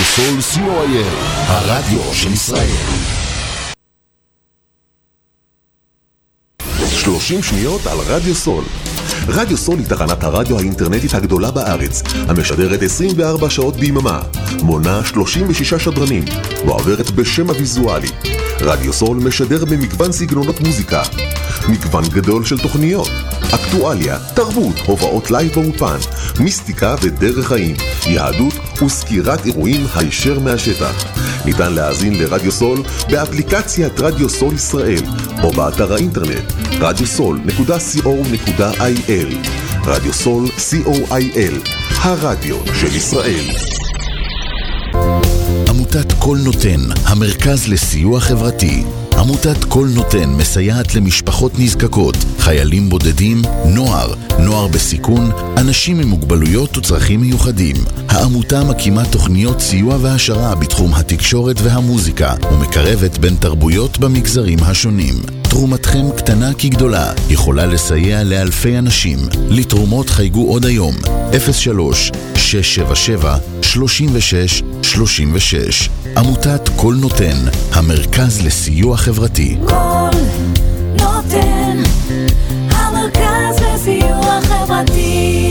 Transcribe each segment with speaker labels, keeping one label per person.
Speaker 1: רדיו סול co.il, הרדיו של ישראל. 30 שניות על רדיו סול. רדיו סול היא תחנת הרדיו האינטרנטית הגדולה בארץ, המשדרת 24 שעות ביממה, מונה 36 שדרנים, ועוברת בשם הוויזואלי. רדיו סול משדר במגוון סגנונות מוזיקה, מגוון גדול של תוכניות, אקטואליה, תרבות, הופעות לייב באופן, מיסטיקה ודרך חיים, יהדות וסקירת אירועים הישר מהשטח. ניתן להאזין לרדיו סול באפליקציית רדיו סול ישראל, או באתר האינטרנט radiosol.co.il. רדיו סול co.il, הרדיו של ישראל.
Speaker 2: עמותת כל נותן, המרכז לסיוע חברתי. עמותת כל נותן מסייעת למשפחות נזקקות, חיילים בודדים, נוער בסיכון, אנשים עם מוגבלויות וצרכים מיוחדים. העמותה מקימה תוכניות סיוע והשרה בתחום התקשורת והמוזיקה, ומקרבת בין תרבויות במגזרים השונים. תרומתכם קטנה כגדולה, יכולה לסייע לאלפי אנשים. לתרומות חייגו עוד היום, 03-677-3636. עמותת כל נותן, המרכז לסיוע חברתי.
Speaker 3: כל נותן, המרכז לסיוע חברתי.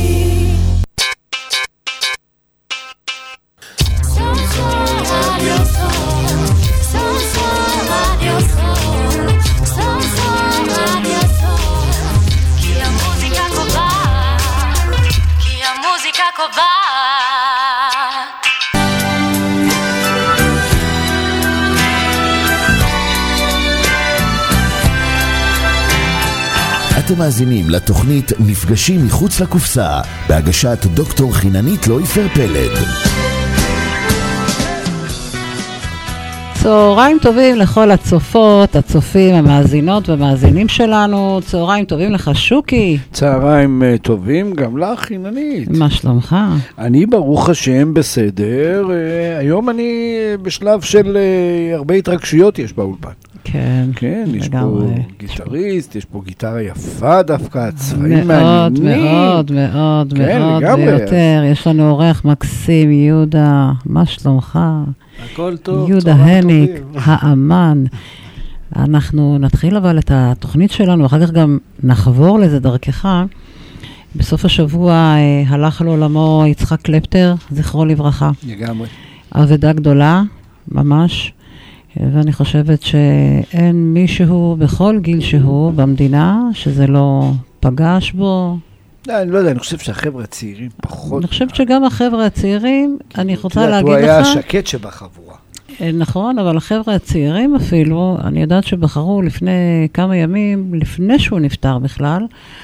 Speaker 2: אתם מאזינים לתוכנית מפגשים מחוץ לקופסה, בהגשת דוקטור חיננית לויפר פלד.
Speaker 4: צהריים טובים לכל הצופות, הצופים, המאזינות והמאזינים שלנו. צהריים טובים לך שוקי.
Speaker 5: צהריים טובים גם לך חיננית.
Speaker 4: מה שלומך?
Speaker 5: אני ברוך השם בסדר. היום אני בשלב של הרבה התרגשויות יש באולפן.
Speaker 4: כן,
Speaker 5: כן, יש פה גיטריסט, יש פה גיטרה יפה דווקא, צבעים מעניינים.
Speaker 4: מאוד ביותר. יש לנו אורח מקסים, יהודה, מה שלומך?
Speaker 5: הכל טוב.
Speaker 4: יהודה הניק, האמן. אנחנו נתחיל אבל את התוכנית שלנו, אחר כך גם נחבור לזה דרכך. בסוף השבוע הלך לעולמו יצחק קלפטר, זכרו לברכה.
Speaker 5: לגמרי.
Speaker 4: אבדה גדולה, ממש. ואני חושבת שאין מישהו בכל גיל שהוא במדינה שזה לא פגש בו.
Speaker 5: אני לא יודע, אני חושב שהחבר'ה הצעירים פחות.
Speaker 4: אני חושבת שגם החבר'ה הצעירים, אני רוצה להגיד לך.
Speaker 5: הוא היה השקט שבחבורה.
Speaker 4: נכון, אבל החבר'ה הצעירים אפילו, אני יודעת שבחרו לפני כמה ימים, לפני שהוא נפטר בכלל,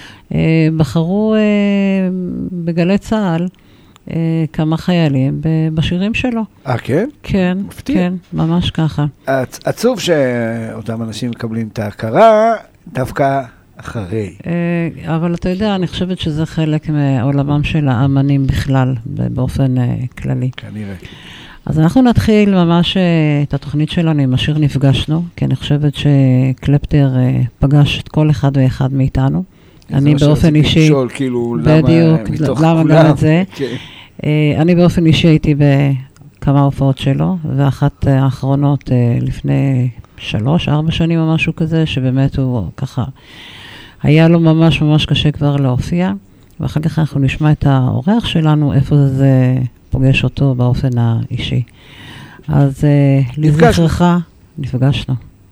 Speaker 4: בחרו בגלי צהל, כמה חיילים בשירים שלו.
Speaker 5: כן?
Speaker 4: כן,
Speaker 5: מפתיע.
Speaker 4: כן, ממש ככה.
Speaker 5: עצוב שאותם אנשים מקבלים את ההכרה דווקא אחרי.
Speaker 4: אבל אתה יודע, אני חושבת שזה חלק מעולמם של האמנים בכלל, באופן כללי.
Speaker 5: כנראה.
Speaker 4: אז אנחנו נתחיל ממש את התוכנית שלנו עם השיר נפגשנו, כי אני חושבת שקלפטר פגש את כל אחד ואחד מאיתנו. אני באופן אישי, בדיוק, למה גם את זה. אני באופן אישי הייתי בכמה הופעות שלו, ואחת האחרונות לפני 3-4 שנים או משהו כזה, שבאמת הוא ככה, היה לו ממש ממש קשה כבר להופיע, ואחר כך אנחנו נשמע את האורח שלנו, איפה זה פוגש אותו באופן האישי. אז לזכרך, נפגשנו.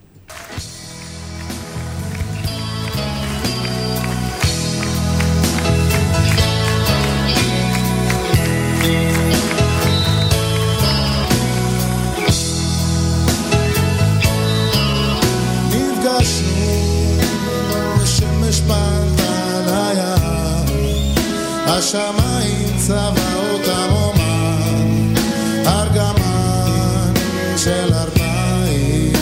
Speaker 6: השמיים צבעות הרומן, ארגמן של ארבעים,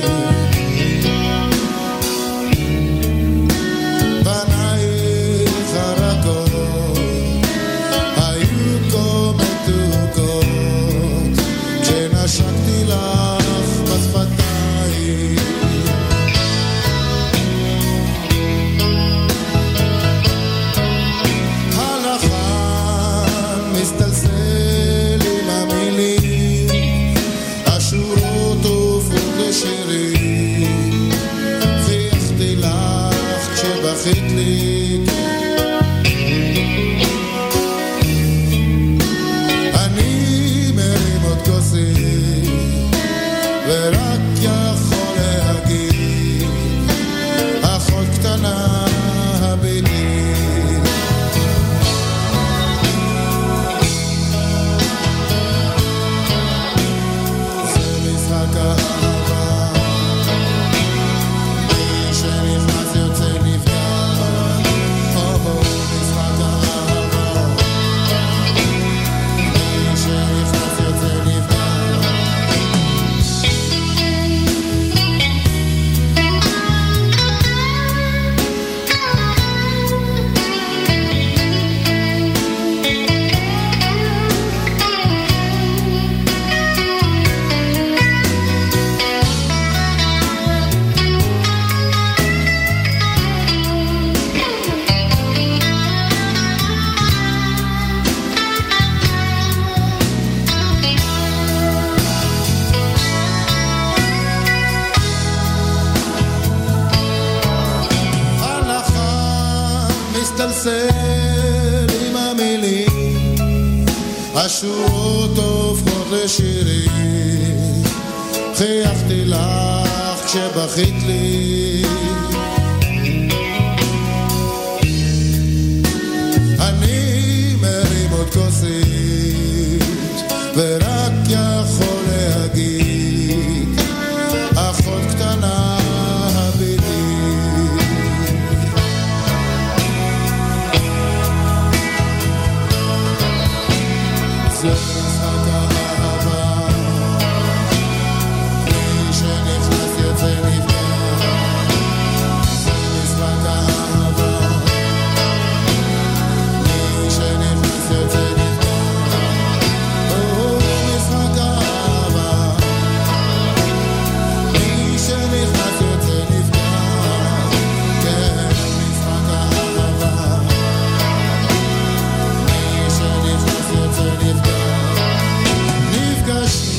Speaker 6: בנייך הרכות היו כה מתוקות, כשנשקתי לך בשפתיים. Still השורות הופכות לשירים, חייכתי לך כשבכית לי, אני מרים עוד כוסית ורק יכול להגיד אחות קטנה הביתי, זה משחק האהבה, מי שנכנס יוצא נפגע, זה משחק האהבה, מי שנכנס יוצא נפגע, משחק האהבה, מי שנכנס יוצא נפגע, כן, משחק האהבה, מי שנכנס יוצא נפגע, נפגשנו.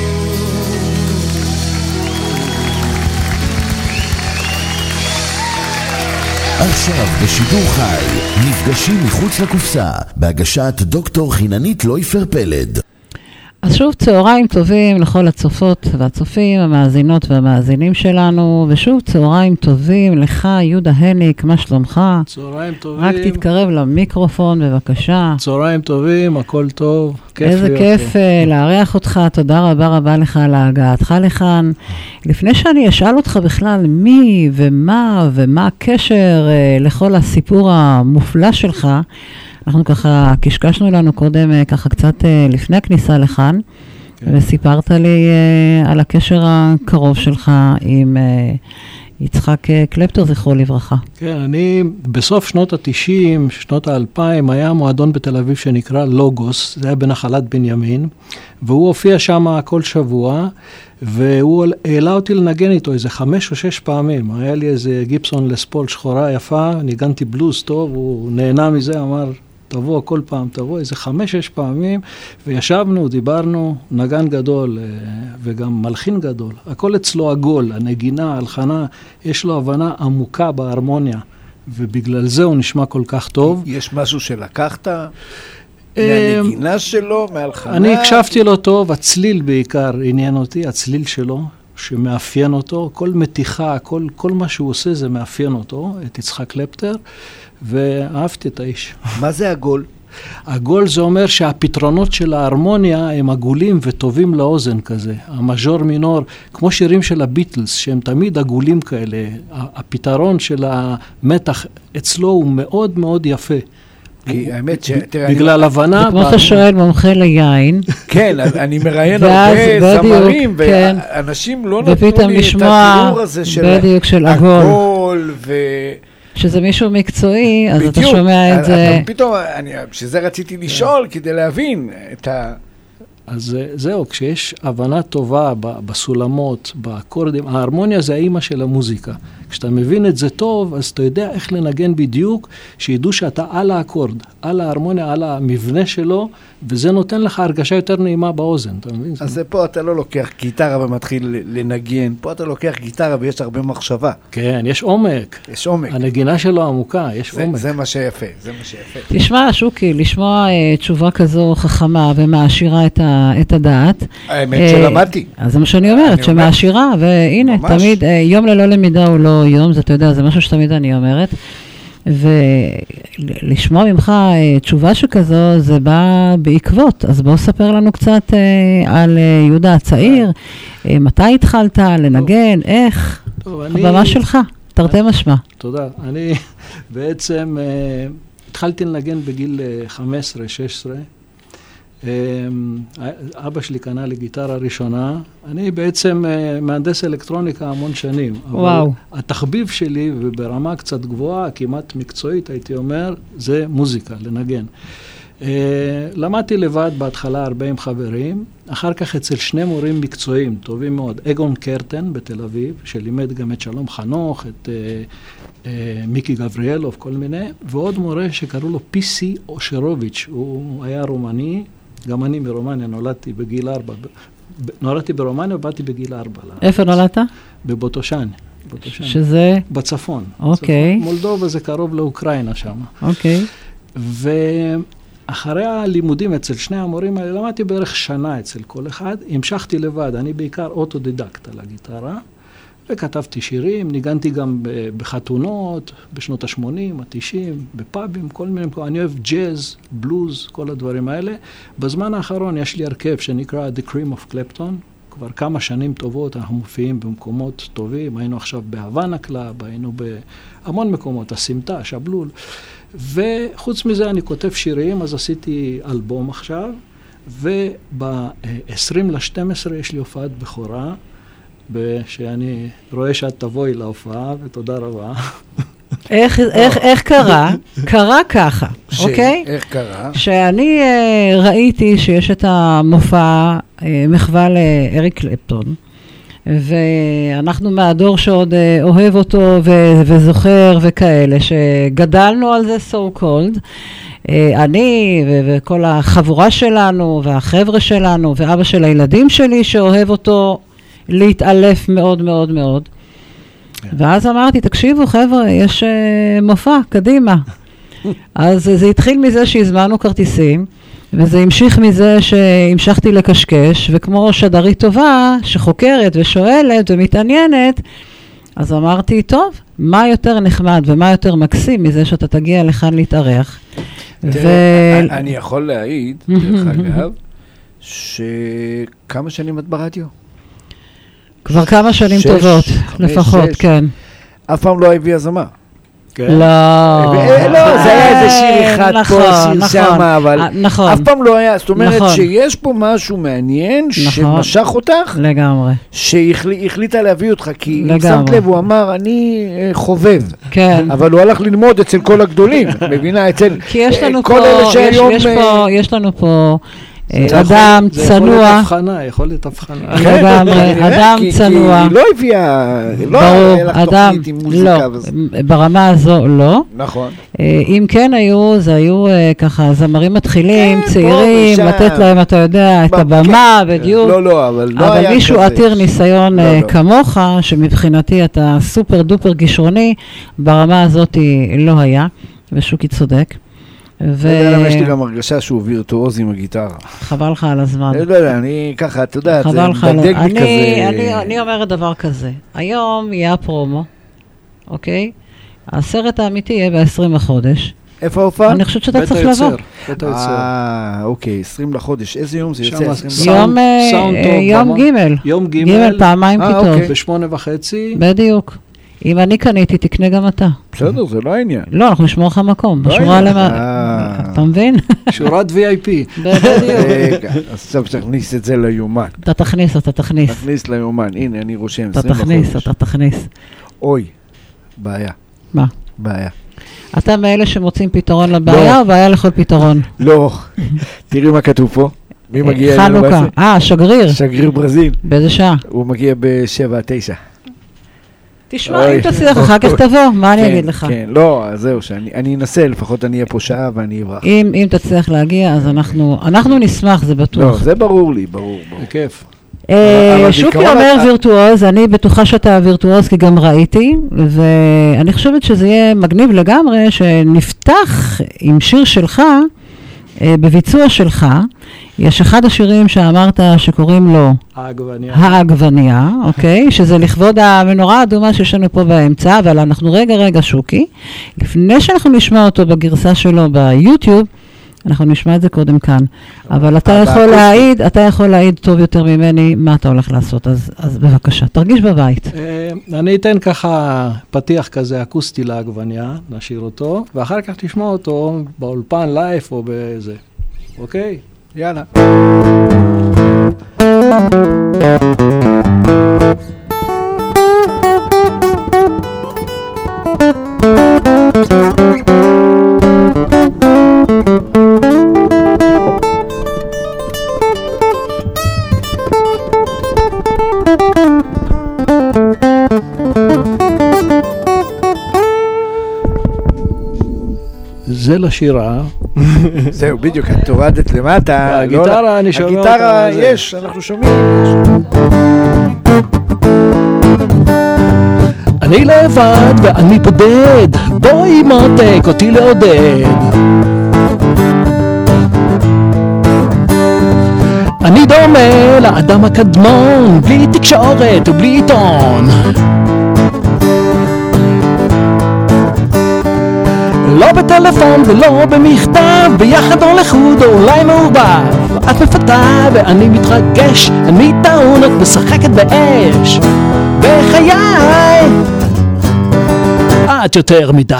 Speaker 2: עכשיו בשידור חי, נפגשים מחוץ לקופסה, בהגשת דוקטור חיננית לויפר פלד.
Speaker 4: אז שוב צהריים טובים לכל הצופות והצופים, המאזינות והמאזינים שלנו, ושוב צהריים טובים לך יהודה הניק, מה שלומך?
Speaker 7: צהריים טובים.
Speaker 4: רק תתקרב למיקרופון בבקשה.
Speaker 7: צהריים טובים, הכל טוב.
Speaker 4: איזה כיף לארח אותך, תודה רבה רבה לך על הגעתך לכאן. לפני שאני אשאל אותך בכלל מי ומה הקשר לכל הסיפור המופלא שלך, אנחנו ככה קשקשנו לנו קודם ככה קצת לפני הכניסה לכאן, וסיפרת לי על הקשר הקרוב שלך עם יצחק קלפטר, זכרו לברכה.
Speaker 7: כן, אני בסוף שנות ה-90, שנות ה-2000, היה מועדון בתל אביב שנקרא לוגוס, זה היה בנחלת בנימין, והוא הופיע שם כל שבוע, והוא העלה אותי לנגן איתו איזה 5 או 6 פעמים. היה לי איזה גיפסון לספול שחורה יפה, ניגנתי בלוז טוב, הוא נהנה מזה, אמר, תבוא כל פעם, תבוא איזה 5-6 פעמים, וישבנו, דיברנו, נגן גדול וגם מלחין גדול. הכל אצלו עגול, הנגינה, הלחנה, יש לו הבנה עמוקה בהרמוניה, ובגלל זה הוא נשמע כל כך טוב.
Speaker 5: יש משהו שלקחת מהנגינה שלו, מהלחנה?
Speaker 7: אני הקשבתי לו טוב, הצליל בעיקר עניין אותי, הצליל שלו, שמאפיין אותו, כל מתיחה, כל מה שהוא עושה זה מאפיין אותו, את יצחק קלפטר, ואהבתי את האיש.
Speaker 5: מה זה עגול?
Speaker 7: עגול זה אומר שהפתרונות של ההרמוניה הם עגולים וטובים לאוזן כזה. המז'ור מינור, כמו שירים של הביטלס, שהם תמיד עגולים כאלה. הפתרון של המתח אצלו הוא מאוד מאוד יפה.
Speaker 5: כי האמת
Speaker 7: בגלל הבנה...
Speaker 4: זה כמו שאתה שואל מומחה ליין.
Speaker 5: כן, אני מראיין הרבה זמרים, ואנשים לא נתנו לי את התיאור הזה של עגול
Speaker 4: שזה מישהו מקצועי, אז אתה שומע את זה...
Speaker 5: פתאום, שזה רציתי לשאול כדי להבין את ה...
Speaker 7: אז זהו, כשיש הבנה טובה בסולמות, באקורדים, ההרמוניה זה האימא של המוזיקה. כשאתה מבין את זה טוב, אז אתה יודע איך לנגן בדיוק, שידעו שאתה על האקורד, על ההרמוניה, על המבנה שלו, וזה נותן לך הרגשה יותר נעימה באוזן, אתה מבין?
Speaker 5: אז פה אתה לא לוקח גיטרה ומתחיל לנגן, פה אתה לוקח גיטרה ויש הרבה מחשבה.
Speaker 7: כן, יש עומק.
Speaker 5: יש עומק.
Speaker 7: הנגינה שלו עמוקה, יש עומק.
Speaker 5: זה מה שיפה, זה מה שיפה.
Speaker 4: תשמע, שוקי, לשמוע תשובה כזו חכמה ומעשירה את הדעת.
Speaker 5: האמת שלמדתי.
Speaker 4: אז זה מה שאני אומרת, שמעשירה, והנה, תמיד, יום ללא למידה הוא לא יום, זה אתה יודע, זה משהו שתמיד אני אומרת. ולשמוע ממך תשובה שכזו, זה בא בעקבות. אז בואו ספר לנו קצת על יהודה הצעיר, מתי התחלת לנגן, איך, הבמה שלך, תרתי משמע.
Speaker 7: תודה. אני בעצם התחלתי לנגן בגיל 15-16. אבא שלי קנה לי גיטרה ראשונה. אני בעצם מהנדס אלקטרוניקה המון שנים.
Speaker 4: וואו.
Speaker 7: אבל התחביב שלי, וברמה קצת גבוהה, כמעט מקצועית, הייתי אומר, זה מוזיקה, לנגן. למדתי לבד בהתחלה 40 חברים, אחר כך אצל 2 מורים מקצועיים טובים מאוד, אגון קרטן בתל אביב, שלימד גם את שלום חנוך, את מיקי גבריאלוב, כל מיני, ועוד מורה שקראו לו פיסי אושרוביץ', הוא היה רומני, גם אני מרומניה, נולדתי בגיל 4, נולדתי ברומניה ובאתי בגיל 4.
Speaker 4: איפה נולדת?
Speaker 7: בבוטושן.
Speaker 4: שזה?
Speaker 7: בצפון.
Speaker 4: אוקיי.
Speaker 7: מולדובה זה קרוב לאוקראינה שם.
Speaker 4: אוקיי.
Speaker 7: אחרי הלימודים אצל שני המורים האלה, למדתי בערך שנה אצל כל אחד, המשכתי לבד, אני בעיקר אוטודידקט על הגיטרה, וכתבתי שירים, ניגנתי גם בחתונות, בשנות ה-80, ה-90, בפאבים, כל מיני, אני אוהב ג'אז, בלוז, כל הדברים האלה. בזמן האחרון יש לי הרכב שנקרא The Cream of Clapton, כבר כמה שנים טובות, אנחנו מופיעים במקומות טובים, היינו עכשיו בהוואנה קלאב, היינו בהמון מקומות, הסמטה, שבלול, וחוץ מזה אני כותב שירים, אז עשיתי אלבום עכשיו, וב-20/12 יש לי הופעת בכורה, שאני רואה שאת תבואי להופעה, ותודה רבה.
Speaker 4: איך קרה? קרה ככה, אוקיי?
Speaker 5: איך קרה?
Speaker 4: שאני ראיתי שיש את המופע מחווה לאריק קלפטון, ואנחנו מהדור שעוד אוהב אותו וזוכר וכאלה, שגדלנו על זה so called, אני וכל החבורה שלנו והחבר'ה שלנו ואבא של הילדים שלי שאוהב אותו להתעלף מאוד מאוד מאוד. ואז אמרתי, תקשיבו חבר'ה, יש מופע, קדימה. אז זה התחיל מזה שהזמנו כרטיסים, וזה המשיך מזה שהמשכתי לקשקש, וכמו שדרית טובה שחוקרת ושואלת ומתעניינת, אז אמרתי, טוב, מה יותר נחמד ומה יותר מקסים מזה שאתה תגיע לכאן להתארח.
Speaker 5: אני יכול להעיד, דרך אגב, שכמה שנים את ברדיו?
Speaker 4: כבר כמה שנים טובות, לפחות, כן.
Speaker 5: אף פעם לא הביא הזמה.
Speaker 4: לא,
Speaker 5: זה היה איזה שיר אחד פה, שיר שמה, אבל אף פעם לא היה, זאת אומרת שיש פה משהו מעניין שמשך אותך,
Speaker 4: לגמרי,
Speaker 5: שהחליטה להביא אותך, כי אם שמת לב, הוא אמר, אני חובב,
Speaker 4: כן,
Speaker 5: אבל הוא הלך ללמוד אצל כל הגדולים, מבינה, אצל כל אלה שהיום,
Speaker 4: יש לנו פה אדם צנוע,
Speaker 7: יכולת הבחנה,
Speaker 4: לגמרי, אדם צנוע,
Speaker 5: היא לא הביאה, לא היה לך תוכנית עם מוזיקה וזה.
Speaker 4: ברמה הזו לא.
Speaker 5: נכון.
Speaker 4: אם כן היו, זה היו ככה זמרים מתחילים, צעירים, לתת להם, אתה יודע, את הבמה בדיוק.
Speaker 5: לא, אבל לא היה כזה.
Speaker 4: אבל מישהו עתיר ניסיון כמוך, שמבחינתי אתה סופר דופר גישרוני, ברמה הזאת לא היה, ושוקי צודק.
Speaker 5: יש לי גם הרגשה שהוא וירטואוז עם הגיטרה.
Speaker 4: חבל לך על הזמן.
Speaker 5: לא יודע, אני ככה, אתה יודע, זה מדגדג לי כזה.
Speaker 4: אני אומרת דבר כזה, היום יהיה הפרומו, אוקיי? הסרט האמיתי יהיה ב-20 לחודש.
Speaker 5: איפה ההופעה?
Speaker 4: אני חושבת שאתה צריך לבוא.
Speaker 5: אוקיי, 20 לחודש. איזה יום זה יוצא?
Speaker 4: יום ג'.
Speaker 7: יום ג'.
Speaker 4: ג' פעמיים כיתות.
Speaker 7: ב8:30.
Speaker 4: בדיוק. אם אני קניתי, תקנה גם אתה.
Speaker 5: בסדר, זה לא העניין.
Speaker 4: לא, אנחנו נשמור לך מקום. בשורה אתה מבין?
Speaker 7: שורת VIP.
Speaker 5: רגע, עכשיו תכניס את זה ליומן.
Speaker 4: אתה תכניס.
Speaker 5: תכניס ליומן, הנה, אני רושם.
Speaker 4: אתה תכניס.
Speaker 5: אוי, בעיה.
Speaker 4: מה?
Speaker 5: בעיה.
Speaker 4: אתה מאלה שמוצאים פתרון לבעיה או בעיה לכל פתרון?
Speaker 5: לא. תראי מה כתוב פה. מי מגיע?
Speaker 4: חנוכה. שגריר.
Speaker 5: שגריר ברזיל.
Speaker 4: באיזה שעה?
Speaker 5: הוא מגיע ב7-9.
Speaker 4: תשמע, אם תצליח, אחר כך תבוא, מה אני אגיד לך?
Speaker 5: כן, לא, זהו, שאני אנסה, לפחות אני אהיה פה שעה ואני אברח.
Speaker 4: אם תצליח להגיע, אז אנחנו נשמח, זה בטוח.
Speaker 5: לא, זה ברור לי, ברור.
Speaker 7: בכיף.
Speaker 4: שוקי אומר וירטואוז, אני בטוחה שאתה וירטואוז, כי גם ראיתי, ואני חושבת שזה יהיה מגניב לגמרי, שנפתח עם שיר שלך, בביצוע שלך, יש אחד השירים שאמרת שקוראים לו העגבניה, אוקיי? שזה לכבוד המנורה האדומה שיש לנו פה באמצע, אבל אנחנו רגע שוקי, לפני שאנחנו נשמע אותו בגרסה שלו ביוטיוב, אנחנו נשמע את זה קודם כאן. אבל אתה יכול להעיד טוב יותר ממני מה אתה הולך לעשות, אז בבקשה, תרגיש בבית.
Speaker 7: אני אתן ככה פתיח כזה אקוסטי לעגבניה, נשאיר אותו, ואחר כך תשמע אותו באולפן לייב או בזה. אוקיי?
Speaker 5: יאללה.
Speaker 7: זה לשירה.
Speaker 5: זהו, בדיוק, את תורדת למטה.
Speaker 7: הגיטרה, אני שומע אותה.
Speaker 5: הגיטרה יש, אנחנו שומעים.
Speaker 7: אני לבד ואני בודד, בואי מותק אותי לעודד. דומה לאדם הקדמון, בלי תקשורת ובלי עיתון. לא בטלפון ולא במכתב, ביחד או לחוד או אולי מעורבב. את מפתה ואני מתרגש, אני טעון, את משחקת באש. בחיי את יותר מדי.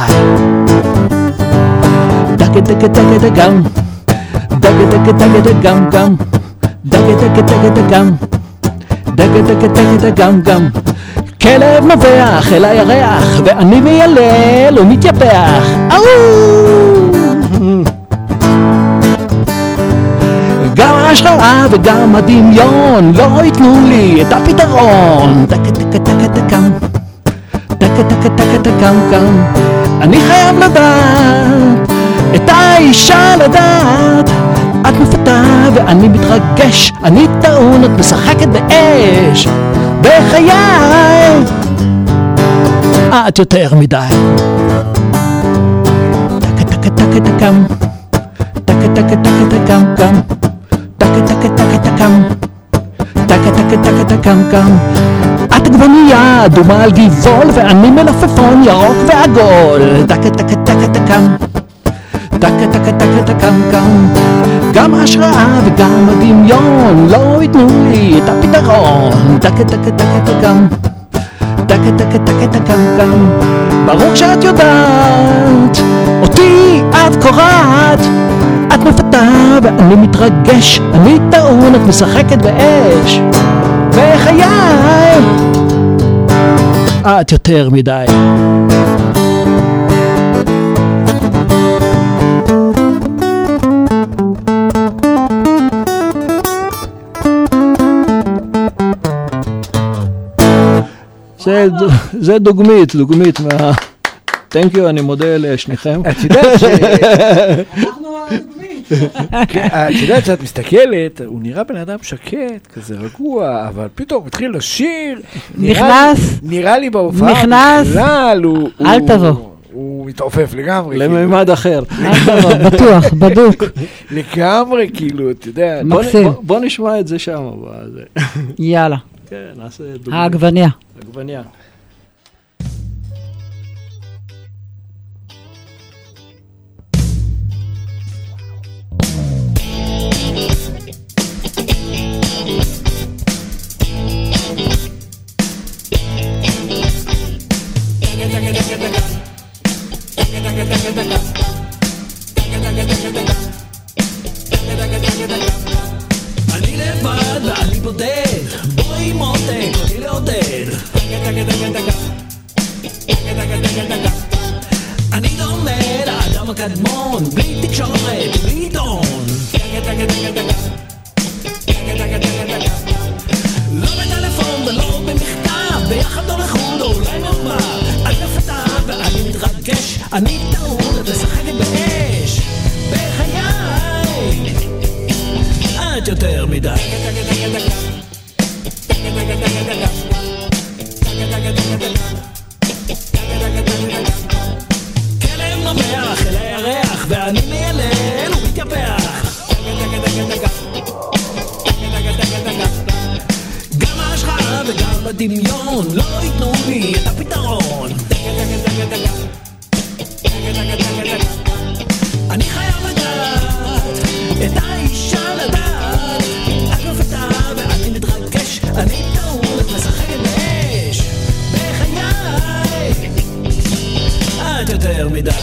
Speaker 7: דגה דגה דגה דגם, דגה דגה דגה דגם גם, דגה דגה דגה דגם, דגה דגה דגה דגם גם. כלב מבח אל הירח ואני מיילל ומתייפח. גם ההשראה וגם הדמיון לא ייתנו לי את הפתרון. דקה דקה דקה דקם, דקה דקה דקה דקם גם. אני חייב לדעת את האישה לדעת. את מפתה ואני מתרגש, אני טעון, את משחקת באש. בחיי את יותר מדי. דקה דקה דקה דקם, דקה דקה דקה דקם גם, דקה דקה דקה דקם, דקה דקה דקה דקם גם. את עגבנייה אדומה על גבעול ואני מלפפון ירוק ועגול. דקה דקה דקה דקם, דקה דקה דקה דקם גם. גם ההשראה וגם הדמיון לא ייתנו לי את הפתרון. דקה דקה דקה דקם, דקה דקה דקה דקם גם. ברור שאת יודעת, אותי את קוראת. את מפתה ואני מתרגש, אני טעון, את משחקת באש. בחיי את יותר מדי. זה דוגמית מה... Thank you, אני מודה לשניכם.
Speaker 5: את יודעת ש... אנחנו הדוגמית. את יודעת שאת מסתכלת, הוא נראה בן אדם שקט, כזה רגוע, אבל פתאום התחיל לשיר.
Speaker 4: נכנס.
Speaker 5: נראה לי בהופעה.
Speaker 4: נכנס.
Speaker 5: בכלל,
Speaker 4: אל תבוא.
Speaker 5: הוא מתעופף לגמרי.
Speaker 7: לממד אחר.
Speaker 4: אל תבוא, בטוח, בדוק.
Speaker 5: לגמרי, כאילו, אתה יודע.
Speaker 4: מקסים.
Speaker 7: בוא נשמע את זה שם.
Speaker 4: יאללה.
Speaker 7: כן, נעשה דוגמית.
Speaker 4: העגבניה.
Speaker 7: עגבניה.
Speaker 8: אני לבד ואני בודד, בואי מותק אותי לעודד. אני דומה לאדם הקדמון, בלי תקשורת, בלי עיתון. לא בטלפון ולא במכתב, ביחד או לחוד או אולי מעורבב. את מפתה ואני מתרגש, אני טעון, את משחקת באש. בחיי את יותר מדי. כלב נובח אל הירח ואני מיילל ומתייפח. גם ההשראה וגם הדמיון לא ייתנו לי את הפתרון. אני חייב לדעת את האישה לדעת. את מפתה ואני מתרגש, אני טעון, את משחקת באש. בחיי את יותר מדי.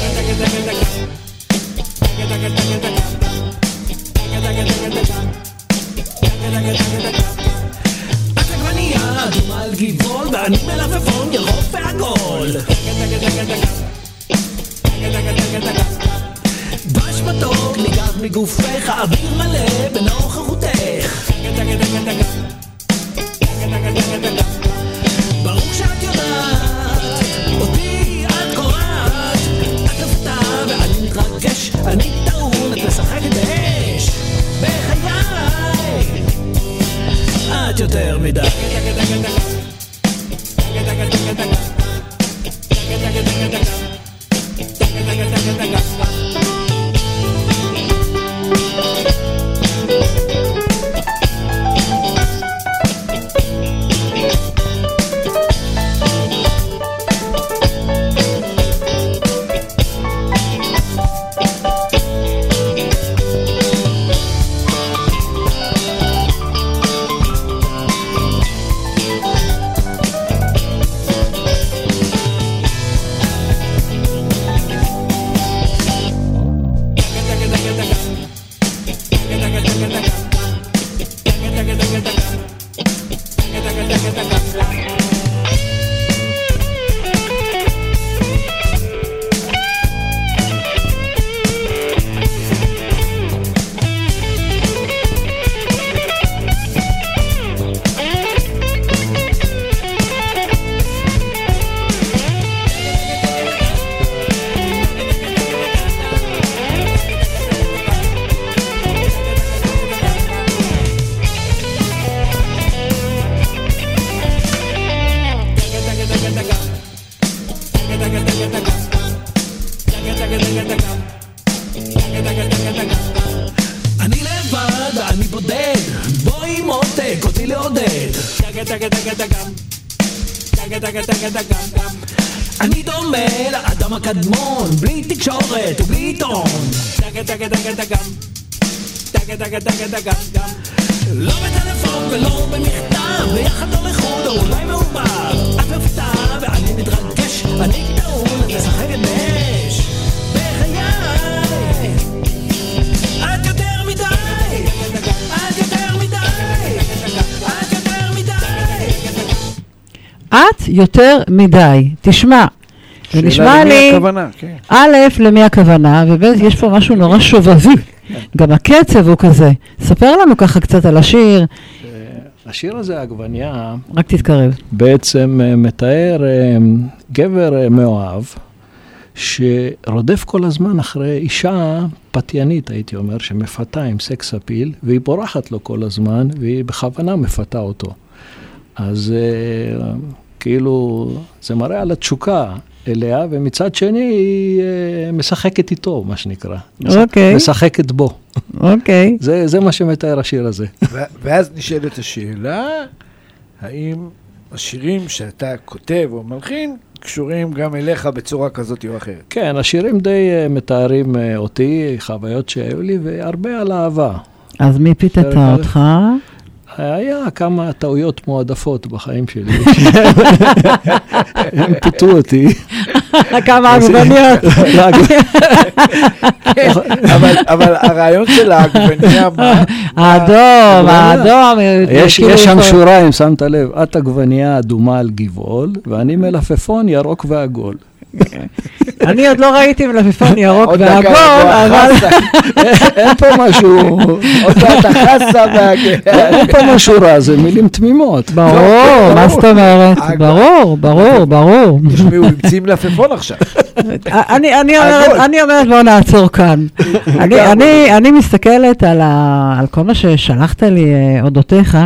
Speaker 8: את עגבנייה אדומה על גבעול ואני מלפפון ירוק ועגול. דבש מתוק ניגב מגופך, אוויר מלא בנוכחותך. ברור שאת יודעת, אותי את קוראת. את מפתה ואני מתרגש, אני טעון, את משחקת באש. בחיי את יותר מדי. לחבק, אותי לעודד. טגה טגה טגה טגם, טגה טגה טגה טגם גם. אני דומה לאדם הקדמון, בלי תקשורת ובלי עיתון. טגה טגה טגה טגם, טגה טגה טגה טגם גם. לא בטלפון ולא במכתב, ביחד או לחוד או אולי מעובר. את מפתה ואני מתרגש, אני טעון, את משחקת באש. בחיי את יותר מדי, את יותר מדי, את יותר מדי.
Speaker 4: את יותר מדי. תשמע, זה נשמע לי, א', למי הכוונה, וב', יש פה משהו נורא שובבי. גם הקצב הוא כזה. ספר לנו ככה קצת על השיר.
Speaker 7: השיר הזה, עגבניה,
Speaker 4: רק תתקרב.
Speaker 7: בעצם מתאר גבר מאוהב, שרודף כל הזמן אחרי אישה פתיינית, הייתי אומר, שמפתה עם סקס אפיל, והיא בורחת לו כל הזמן, והיא בכוונה מפתה אותו. אז כאילו, זה מראה על התשוקה אליה, ומצד שני היא משחקת איתו, מה שנקרא.
Speaker 4: אוקיי.
Speaker 7: משחקת בו.
Speaker 4: אוקיי.
Speaker 7: זה מה שמתאר השיר הזה.
Speaker 5: ואז נשאלת השאלה, האם השירים שאתה כותב או מלחין, קשורים גם אליך בצורה כזאת או אחרת?
Speaker 7: כן, השירים די מתארים אותי, חוויות שהיו לי, והרבה על אהבה.
Speaker 4: אז מי פיתתה אותך?
Speaker 7: היה כמה טעויות מועדפות בחיים שלי. הם פיתו אותי.
Speaker 4: כמה עגבניות.
Speaker 5: אבל הרעיון של העגבניה,
Speaker 4: האדום.
Speaker 7: יש שם שורה, אם שמת לב, את עגבניה אדומה על גבעול, ואני מלפפון ירוק ועגול.
Speaker 4: אני עוד לא ראיתי מלפפון ירוק ועגול, אבל
Speaker 7: אין פה משהו,
Speaker 5: אותה חסה והגל.
Speaker 7: אין פה משהו רע, זה מילים תמימות.
Speaker 4: ברור, מה זאת אומרת? ברור.
Speaker 5: תשמעו, המציאים מלפפון עכשיו.
Speaker 4: אני אומרת, בואו נעצור כאן. אני מסתכלת על כל מה ששלחת לי אודותיך,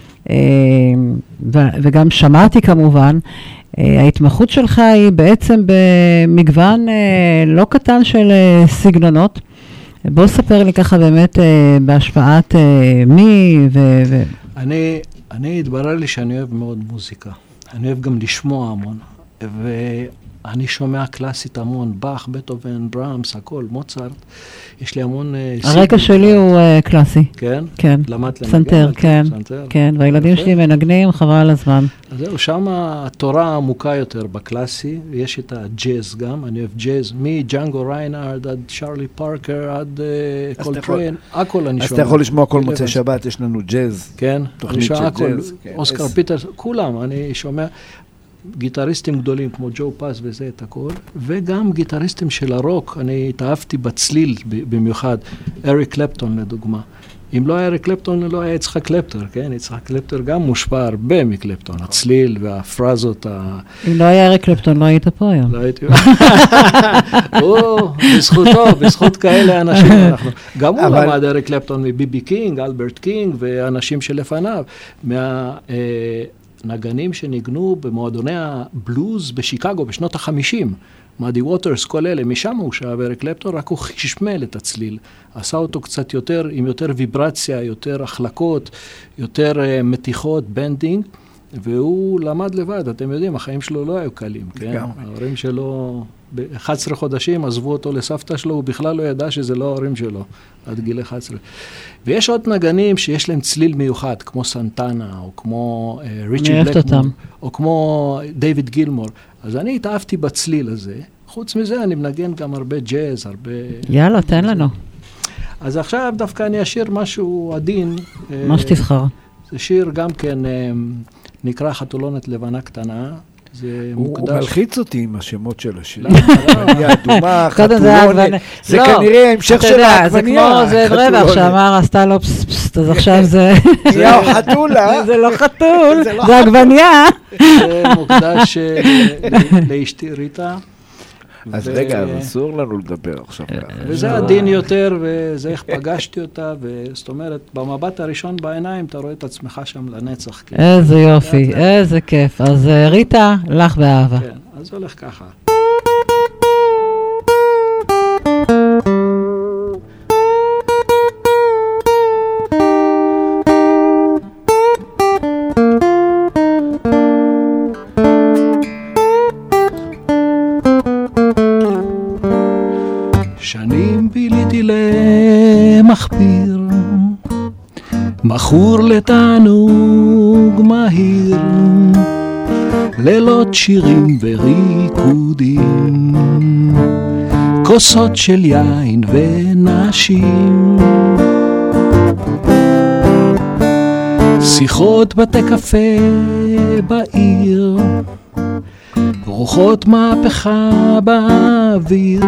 Speaker 4: וגם שמעתי כמובן, ההתמחות שלך היא בעצם במגוון לא קטן של סגנונות. בוא ספר לי ככה באמת בהשפעת מי
Speaker 7: אני התברר לי שאני אוהב מאוד מוזיקה. אני אוהב גם לשמוע המון. ואני שומע קלאסית המון, באך, בטהובן, ברמס, הכל, מוצרט. יש לי המון...
Speaker 4: הרקע שלי הוא קלאסי.
Speaker 7: כן?
Speaker 4: כן.
Speaker 7: למדת לנגן?
Speaker 4: סנטר, כן. כן, והילדים שלי מנגנים, חבל על הזמן.
Speaker 7: אז זהו, שם התורה עמוקה יותר בקלאסי, יש את הג'אז גם, אני אוהב ג'אז, מג'אנגו ריינארד עד צ'רלי פארקר, עד קולטריין, הכל אני שומע.
Speaker 5: אז אתה יכול לשמוע כל מוצאי שבת, יש לנו ג'אז.
Speaker 7: כן,
Speaker 5: תוכנית של ג'אז.
Speaker 7: אוסקר פיטרס, כולם, אני שומע. גיטריסטים גדולים כמו ג'ו פאס וזה את הכל, וגם גיטריסטים של הרוק, אני התאהבתי בצליל במיוחד, אריק קלפטון לדוגמה. אם לא היה אריק קלפטון, לא היה יצחק קלפטר, כן? יצחק קלפטר גם מושפע הרבה מקלפטון, הצליל והפרזות
Speaker 4: אם לא היה אריק קלפטון, לא היית פה היום.
Speaker 7: לא הייתי... בזכותו, בזכות כאלה אנשים אנחנו. גם הוא למד אריק קלפטון מביבי קינג, אלברט קינג, ואנשים שלפניו, נגנים שניגנו במועדוני הבלוז בשיקגו בשנות ה-50, מאדי ווטרס, כל אלה, משם הוא שאהב אריק קלפטון, רק הוא חשמל את הצליל, עשה אותו קצת יותר, עם יותר ויברציה, יותר החלקות, יותר מתיחות, בנדינג, והוא למד לבד, אתם יודעים, החיים שלו לא היו קלים, כן? ההורים שלו, ב-11 חודשים עזבו אותו לסבתא שלו, הוא בכלל לא ידע שזה לא ההורים שלו, עד גיל 11. ויש עוד נגנים שיש להם צליל מיוחד, כמו סנטנה, או כמו ריצ'י בלקמור, או כמו דיוויד גילמור. אז אני התאהבתי בצליל הזה. חוץ מזה, אני מנגן גם הרבה ג'אז, הרבה...
Speaker 4: יאללה, תן לנו.
Speaker 7: אז עכשיו דווקא אני אשיר משהו עדין.
Speaker 4: מה שתבחר.
Speaker 7: זה שיר גם כן, נקרא חתולונת לבנה קטנה.
Speaker 5: הוא מלחיץ אותי עם השמות של השיר. עגבניה אדומה, חתולונת. זה כנראה המשך של העגבניה.
Speaker 4: זה כמו זה רווח שאמר, עשתה לו פספסט, אז עכשיו זה...
Speaker 5: יאו, חתולה.
Speaker 4: זה לא חתול, זה עגבניה.
Speaker 7: זה מוקדש לאשתי ריטה.
Speaker 5: אז רגע, אסור לנו לדבר עכשיו.
Speaker 7: וזה עדין יותר, וזה איך פגשתי אותה, וזאת אומרת, במבט הראשון בעיניים, אתה רואה את עצמך שם לנצח.
Speaker 4: איזה יופי, איזה כיף. אז ריטה, לך באהבה.
Speaker 7: כן, אז זה הולך ככה. מכור לתענוג מהיר, לילות שירים וריקודים, כוסות של יין ונשים, שיחות בתי קפה בעיר, רוחות מהפכה באוויר,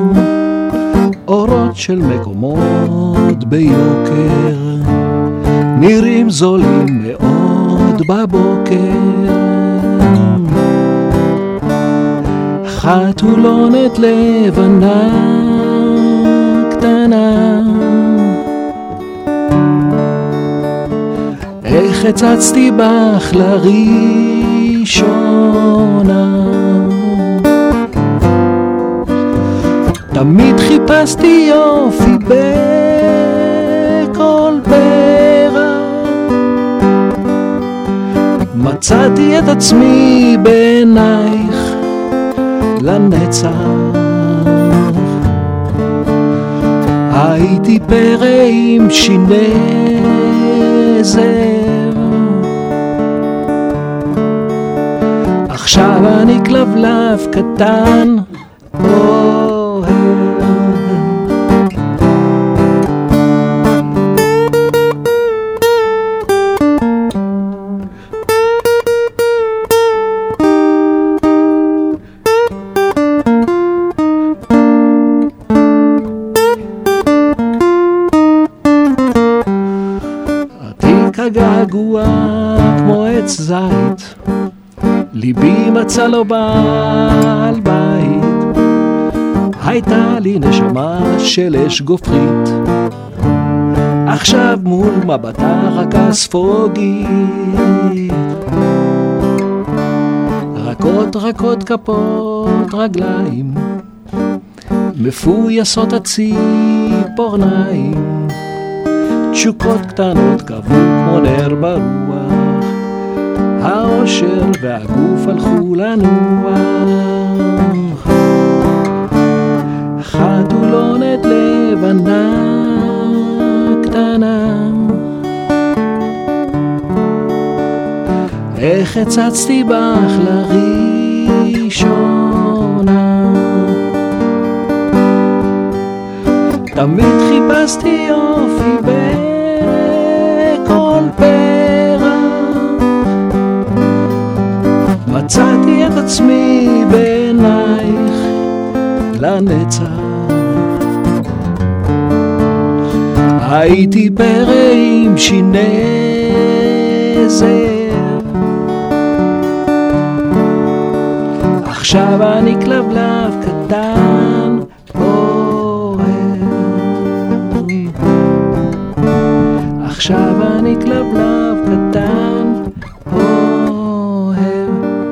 Speaker 7: אורות של מקומות ביוקר, נראים זולים מאוד בבוקר. חתולונת לבנה קטנה, איך הצצתי בך לראשונה, תמיד חיפשתי יופי בכל פרח, מצאתי את עצמי בעינייך לנצח, הייתי פרא עם שיני זר, עכשיו אני כלבלב קטן אוהב. געגוע כמו עץ זית, ליבי מצא לו בעל בית, הייתה לי נשמה של אש גופרית, עכשיו מול מבטה רק הספוגית, רכות כפות רגליים, מפויסות הציפורניים, תשוקות קטנות קבעו כמו נר ברוח, האושר והגוף הלכו לנוח, חתולונת לבנה קטנה, איך הצצתי בך לראשונה, תמיד חיפשתי יופי בכל פרח, מצאתי את עצמי בעינייך לנצח, הייתי פרא עם שיני זר, עכשיו אני כלבלב קטן עכשיו אני כלבלב קטן אוהב.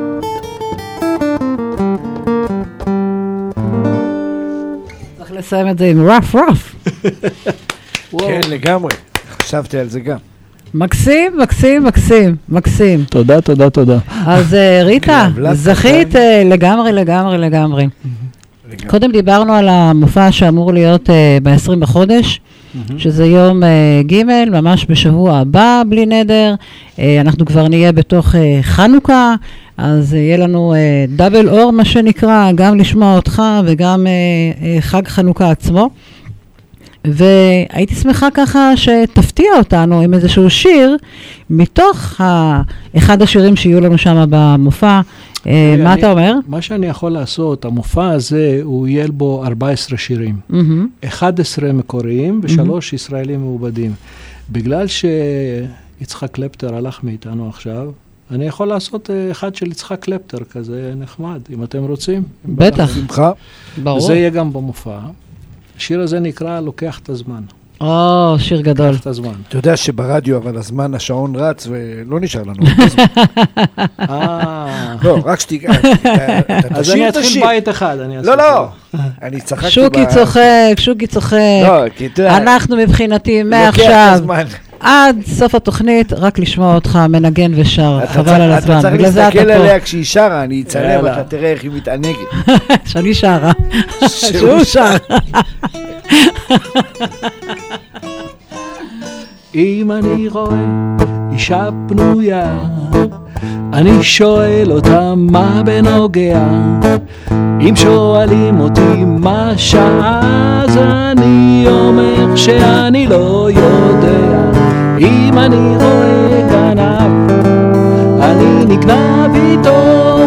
Speaker 4: צריך לסיים את זה עם רף.
Speaker 5: כן, לגמרי. חשבתי על זה גם.
Speaker 4: מקסים.
Speaker 7: תודה.
Speaker 4: אז ריטה, זכית לגמרי. קודם דיברנו על המופע שאמור להיות ב-20 בחודש, שזה יום ג' ממש בשבוע הבא בלי נדר, אנחנו כבר נהיה בתוך חנוכה, אז יהיה לנו דאבל אור מה שנקרא, גם לשמוע אותך וגם חג חנוכה עצמו, והייתי שמחה ככה שתפתיע אותנו עם איזשהו שיר מתוך אחד השירים שיהיו לנו שם במופע. מה אתה אומר?
Speaker 7: מה שאני יכול לעשות, המופע הזה, הוא יהיה בו 14 שירים. 11 מקוריים ו3 ישראלים מעובדים. בגלל שיצחק קלפטר הלך מאיתנו עכשיו, אני יכול לעשות אחד של יצחק קלפטר כזה נחמד, אם אתם רוצים.
Speaker 4: בטח.
Speaker 5: שמחה.
Speaker 4: ברור.
Speaker 7: וזה יהיה גם במופע. השיר הזה נקרא לוקח את הזמן.
Speaker 4: שיר גדול.
Speaker 7: לוקח את הזמן.
Speaker 5: אתה יודע שברדיו, אבל הזמן, השעון רץ ולא נשאר לנו. לא, רק שתיגע.
Speaker 7: אז אני אתחיל בית אחד.
Speaker 5: לא. אני צחקתי.
Speaker 4: שוקי צוחק.
Speaker 5: לא, כי אתה יודע.
Speaker 4: אנחנו מבחינתי מעכשיו עד סוף התוכנית רק לשמוע אותך מנגן ושר. חבל על הזמן.
Speaker 5: אתה צריך להסתכל עליה כשהיא שרה, אני אצלם, אתה תראה איך היא מתענגת.
Speaker 4: שאני שרה. שהוא שר.
Speaker 7: אם אני רואה אישה פנויה, אני שואל אותה מה בנוגע. אם שואלים אותי מה שעה, אז אני אומר שאני לא יודע. אם אני רואה גנב, אני נגנב איתו,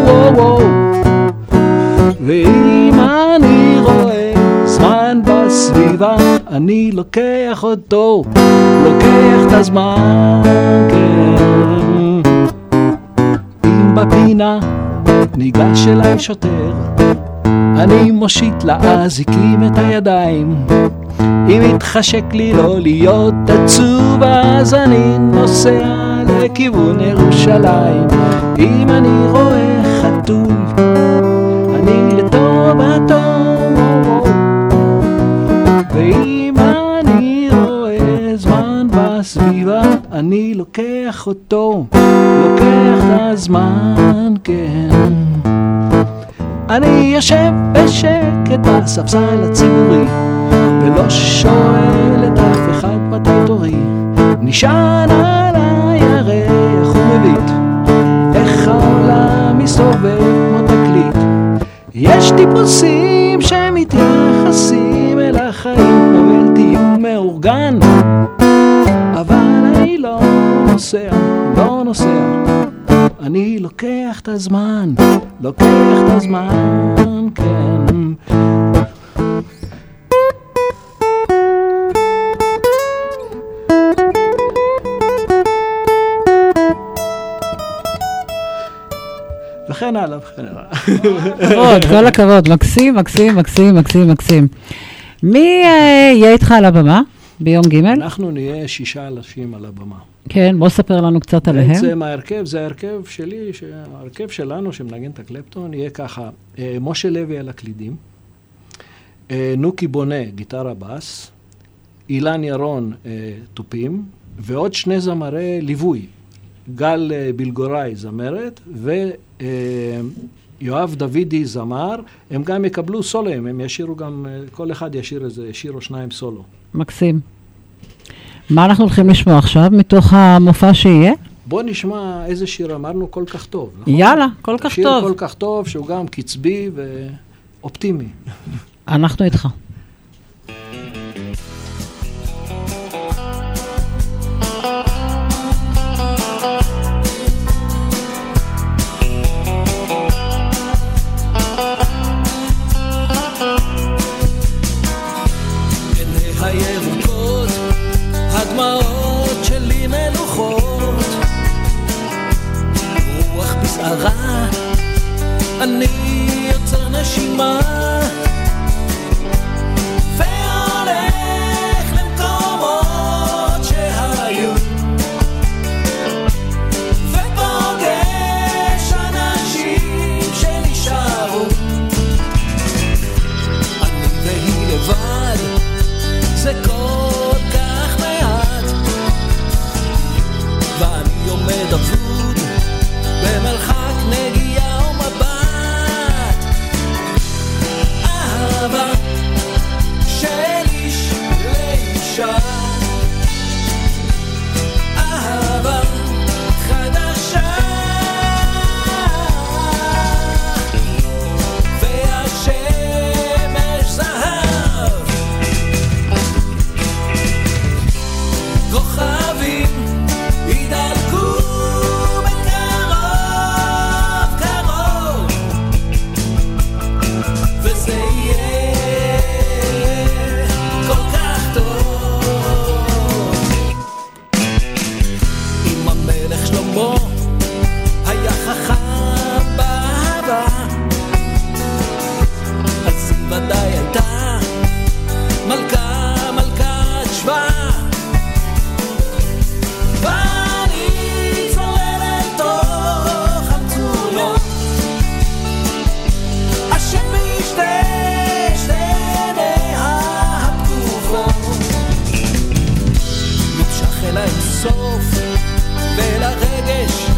Speaker 7: ואם אני רואה זמן בסביבה, אני לוקח אותו, לוקח את הזמן, כן. אם בפינה ניגש אליי שוטר, אני מושיט לאזיקים את הידיים. אם יתחשק לי לא להיות עצוב, אז אני נוסע לכיוון ירושלים. אם אני רואה חתול, אני לטובתו, ואם אני רואה זמן בסביבה, אני לוקח אותו, לוקח את הזמן, כן. אני יושב בשקט בספסל הציבורי, ולא שואל את אף אחד מתי תורי. נשען על הירח ומביט איך העולם מסתובב כמו תקליט. יש טיפוסים שמתייחסים אל החיים כמו אל תיאום מאורגן, אבל אני לא נוסע, לא נוסע. אני לוקח את הזמן, לוקח את הזמן, כן. וכן הלאה, וכן הלאה.
Speaker 4: כל הכבוד, מקסים, מקסים, מקסים, מקסים, מקסים. מי יהיה איתך על הבמה ביום ג'?
Speaker 7: אנחנו נהיה 6 אנשים על הבמה.
Speaker 4: כן, בוא ספר לנו קצת עליהם.
Speaker 7: בעצם ההרכב, זה ההרכב שלי, ההרכב שלנו שמנגן את הקלפטון, יהיה ככה, משה לוי על הקלידים, נוקי בונה, גיטרה בס, אילן ירון, טופים, ועוד 2 זמרי ליווי, גל בלגוראי זמרת, ויואב דוידי זמר. הם גם יקבלו סולוים, הם ישירו גם, כל אחד ישיר איזה שיר או 2 סולו.
Speaker 4: מקסים. מה אנחנו הולכים לשמוע עכשיו מתוך המופע שיהיה?
Speaker 7: בוא נשמע איזה שיר אמרנו כל כך טוב, נכון?
Speaker 4: יאללה, כל כך
Speaker 7: שיר
Speaker 4: טוב.
Speaker 7: כל כך טוב שהוא גם קצבי ואופטימי.
Speaker 4: אנחנו איתך.
Speaker 8: הדמעות שלי מלוכות, רוח בסערה, אני יוצר נשימה והולך למקומות שהיו, ופוגש אנשים שנשארו. אני והיא לבד, זה כל כך מעט, ואני עומד אבוד במרחק נגיעה ומבט. אהבה של איש לאישה, אהבה חדשה, והשמש זהב, כוכבים ידלקו בקרוב קרוב, וזה יהיה כל כך טוב. אם המלך שלמה היה חכם באהבה, אז היא ודאי הייתה מלכה, מלכת שבא. ואני צולל לתוך המצולות, אשם בשתי עיניה הפקוחות, נמשך אל האינסוף ואל הרגש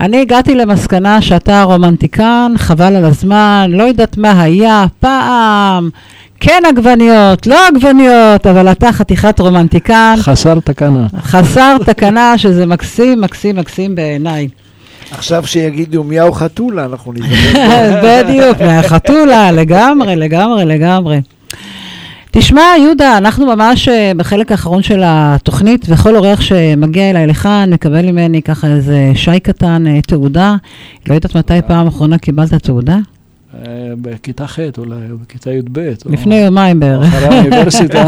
Speaker 4: אני הגעתי למסקנה שאתה רומנטיקן, חבל על הזמן, לא יודעת מה היה פעם, כן עגבניות, לא עגבניות, אבל אתה חתיכת רומנטיקן.
Speaker 7: חסר תקנה.
Speaker 4: חסר תקנה, שזה מקסים, מקסים, מקסים בעיניי.
Speaker 5: עכשיו שיגידו מיהו חתולה, אנחנו נדבר.
Speaker 4: בדיוק, מהחתולה, לגמרי, לגמרי, לגמרי. תשמע, יהודה, אנחנו ממש בחלק האחרון של התוכנית, וכל אורח שמגיע אליי לכאן, מקבל ממני ככה איזה שי קטן, תעודה. לא יודעת מתי פעם אחרונה קיבלת תעודה?
Speaker 7: בכיתה ח' אולי, או בכיתה י"ב.
Speaker 4: לפני יומיים בערך.
Speaker 7: אחרי האוניברסיטה.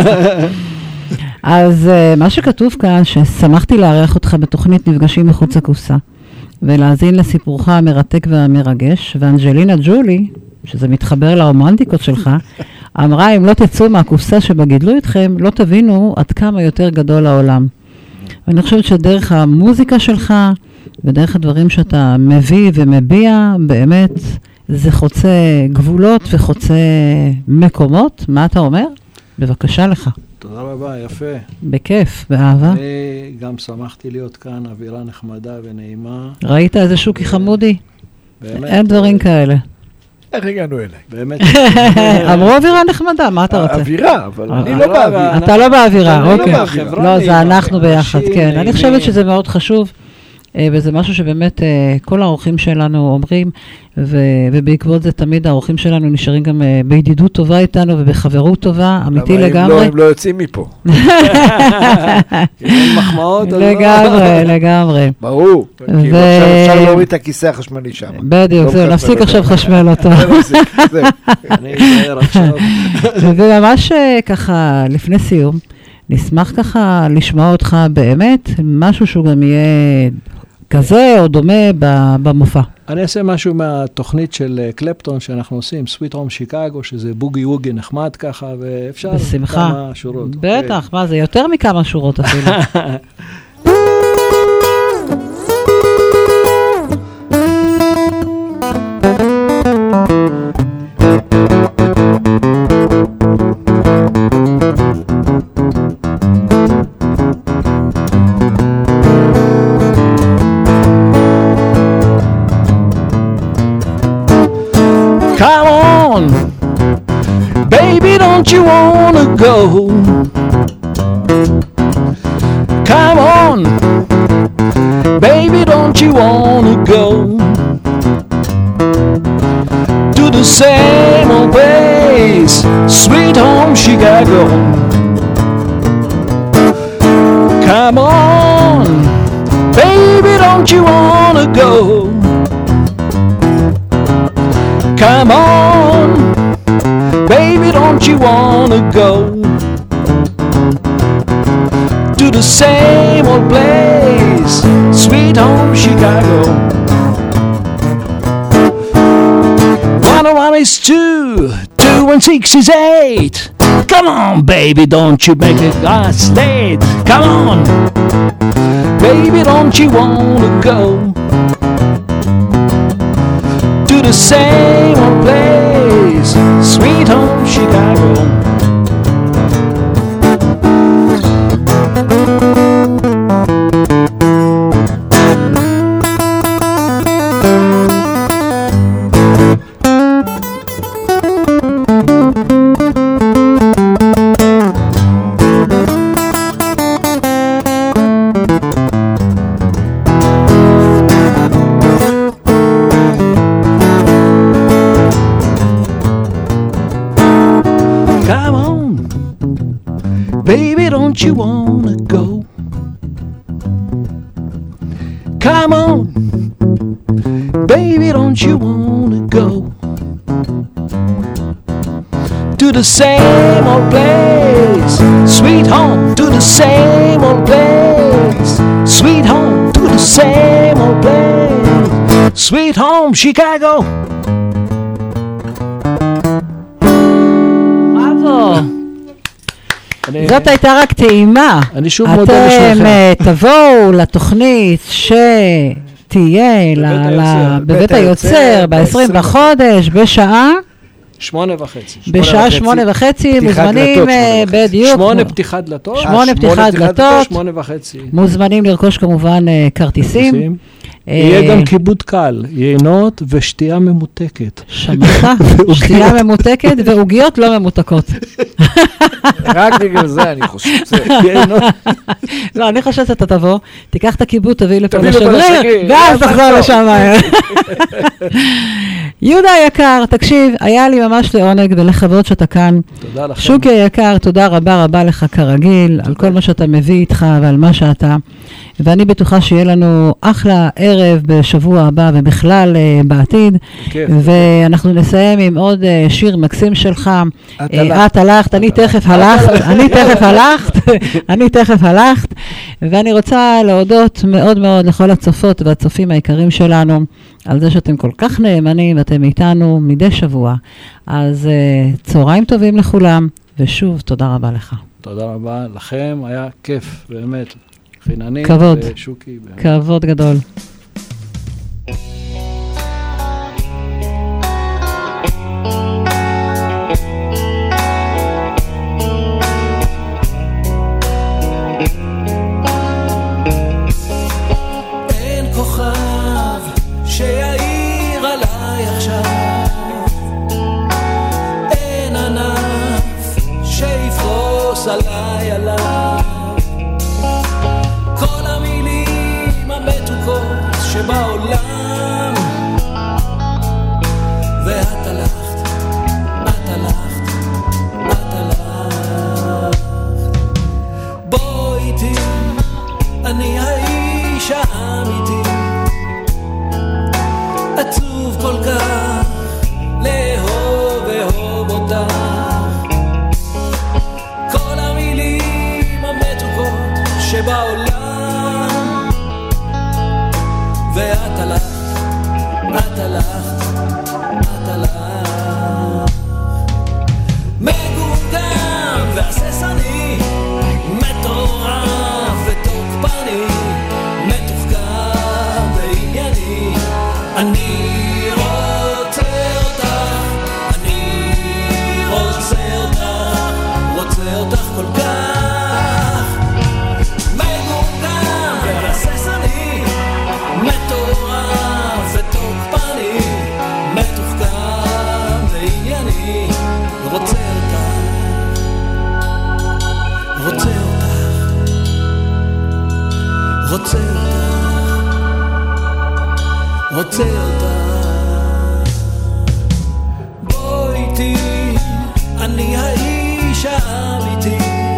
Speaker 4: אז מה שכתוב כאן, ששמחתי לארח אותך בתוכנית נפגשים מחוץ לקופסה, ולהזין לסיפורך המרתק והמרגש, ואנג'לינה ג'ולי, שזה מתחבר לרומנטיקות שלך, אמרה, אם לא תצאו מהקופסה שבה גידלו אתכם, לא תבינו עד כמה יותר גדול העולם. ואני חושבת שדרך המוזיקה שלך, ודרך הדברים שאתה מביא ומביע, באמת זה חוצה גבולות וחוצה מקומות. מה אתה אומר? בבקשה לך.
Speaker 7: תודה רבה, יפה.
Speaker 4: בכיף, באהבה.
Speaker 7: אני גם שמחתי להיות כאן, אווירה נחמדה ונעימה.
Speaker 4: ראית איזה שוקי חמודי?
Speaker 7: באמת.
Speaker 4: אין דברים כאלה.
Speaker 5: איך הגענו אליי?
Speaker 7: באמת.
Speaker 4: אמרו אווירה נחמדה, מה אתה רוצה?
Speaker 5: אווירה, אבל אני לא באווירה.
Speaker 4: אתה לא באווירה,
Speaker 7: אני
Speaker 4: אוקיי.
Speaker 7: לא בחברה
Speaker 4: לא, זה
Speaker 7: נעימה,
Speaker 4: אנחנו ביחד,
Speaker 7: אנשים
Speaker 4: כן. אני
Speaker 7: נעימים.
Speaker 4: חושבת שזה מאוד חשוב, וזה משהו שבאמת כל האורחים שלנו אומרים, ובעקבות זה תמיד האורחים שלנו נשארים גם בידידות טובה איתנו ובחברות טובה, אמיתי לגמרי.
Speaker 5: הם לא יוצאים מפה.
Speaker 7: אין מחמאות, אז לא.
Speaker 4: לגמרי, לגמרי.
Speaker 5: ברור. כאילו עכשיו אפשר להוריד את הכיסא החשמלי שם.
Speaker 4: בדיוק, זהו, נפסיק עכשיו חשמל אותו.
Speaker 7: אני אשאר עכשיו.
Speaker 4: וממש ככה, לפני סיום, נשמח ככה לשמוע אותך באמת, משהו שהוא גם יהיה כזה או דומה במופע.
Speaker 7: אני אעשה משהו מהתוכנית של קלפטון שאנחנו עושים, סוויט הום שיקגו, שזה בוגי ווגי נחמד ככה, ואפשר
Speaker 4: בשמחה.
Speaker 7: כמה שורות.
Speaker 4: בטח, מה זה יותר מכמה שורות אפילו.
Speaker 7: Come on, baby, don't you wanna go? Come on, baby, don't you wanna go to the same old place, sweet home Chicago? Come on, baby, don't you wanna go? Come on, baby, don't you wanna go to the same old place, sweet home Chicago? 101 is 2, 2 and 6 is 8. Come on, baby, don't you make it us late. Come on, baby, don't you wanna go to the same old place, sweet home Chicago? Come on, baby, don't you wanna go? Come on, baby, don't you wanna go to the same old place, sweet home, to the same old place, sweet home, to the same old place, sweet home Chicago?
Speaker 4: זאת הייתה רק טעימה.
Speaker 7: אני שוב מודה לשניכם.
Speaker 4: אתם תבואו לתוכנית שתהיה בבית היוצר ב-20 לחודש בשעה
Speaker 7: 8:30.
Speaker 4: בשעה 8:30 מוזמנים בדיוק.
Speaker 7: 8 פתיחת דלתות.
Speaker 4: 8 פתיחת דלתות.
Speaker 7: 8:30.
Speaker 4: מוזמנים לרכוש כמובן כרטיסים.
Speaker 7: יהיה גם כיבוד קל, יינות ושתייה ממותקת.
Speaker 4: שמחה, שתייה ממותקת ועוגיות לא ממותקות.
Speaker 5: רק בגלל זה אני חושב.
Speaker 4: לא, אני חושבת שאתה תבוא, תיקח את הכיבוד, תביא לפה לשגריר, ואז תחזור לשם. יהודה היקר, תקשיב, היה לי ממש לעונג ולכבוד שאתה כאן.
Speaker 7: תודה לכם.
Speaker 4: שוקי היקר, תודה רבה רבה לך כרגיל, על כל מה שאתה מביא איתך ועל מה שאתה. ואני בטוחה שיהיה לנו אחלה ערב בשבוע הבא ובכלל בעתיד. ואנחנו נסיים עם עוד שיר מקסים שלך. את הלכת, אני תכף הלכת. ואני רוצה להודות מאוד מאוד לכל הצופות והצופים היקרים שלנו, על זה שאתם כל כך נאמנים ואתם איתנו מדי שבוע. אז צהריים טובים לכולם, ושוב תודה רבה לך.
Speaker 7: תודה רבה לכם, היה כיף, באמת. חינני ושוקי.
Speaker 4: כבוד גדול.
Speaker 8: אין כוכב שיעיר עליי עכשיו, אין ענף שיפרוס עליי עליו, כל המילים המתוקות שבעולם, ואת הלכת, את הלכת, את הלכת. בוא איתי, אני האיש האמיתי, עצוב כל כך לאהוב ואהוב אותך, כל המילים המתוקות שבעולם, ואת הלכת, את הלכת, את הלכת. מגוגם והססני, מטורף ותוקפני, מתוחכם וענייני, אני רוצה אותך, אני רוצה אותך, רוצה אותך כל כך. מגוגם והססני, מטורף ותוקפני, מתוחכם וענייני, רוצה אותך, רוצה אותך, רוצה אותך, רוצה אותך. בוא איתי, אני האיש האמיתי,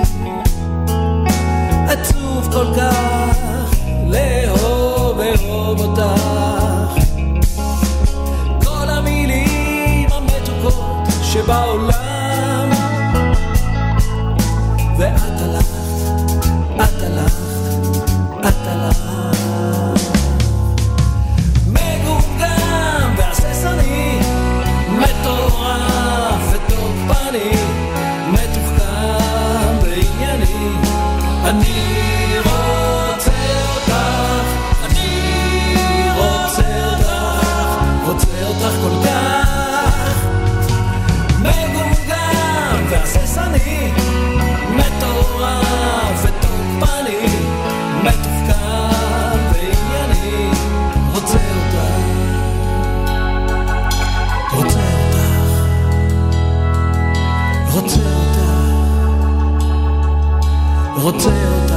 Speaker 8: עצוב כל כך לאהוב ואהוב אותך, כל המילים המתוקות שבעולם, ואת הלכת, את הלכת, את הלכת. מגוגם והססני, מטורף ותוקפני, מתוחכם וענייני, אני רוצה אותך, אני רוצה אותך, רוצה אותך כל כך. מגוגם והססני, מטורף ותוקפני, מתוחכם וענייני, רוצה אותך, רוצה אותך, רוצה אותך, רוצה אותך.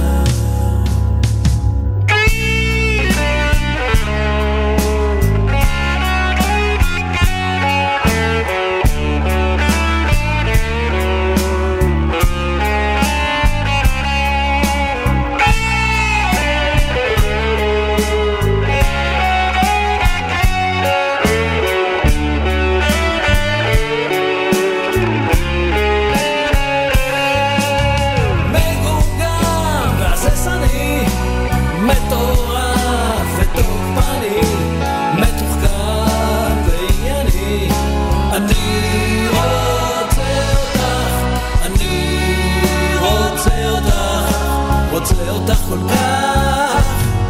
Speaker 8: רוצה אותך כל כך.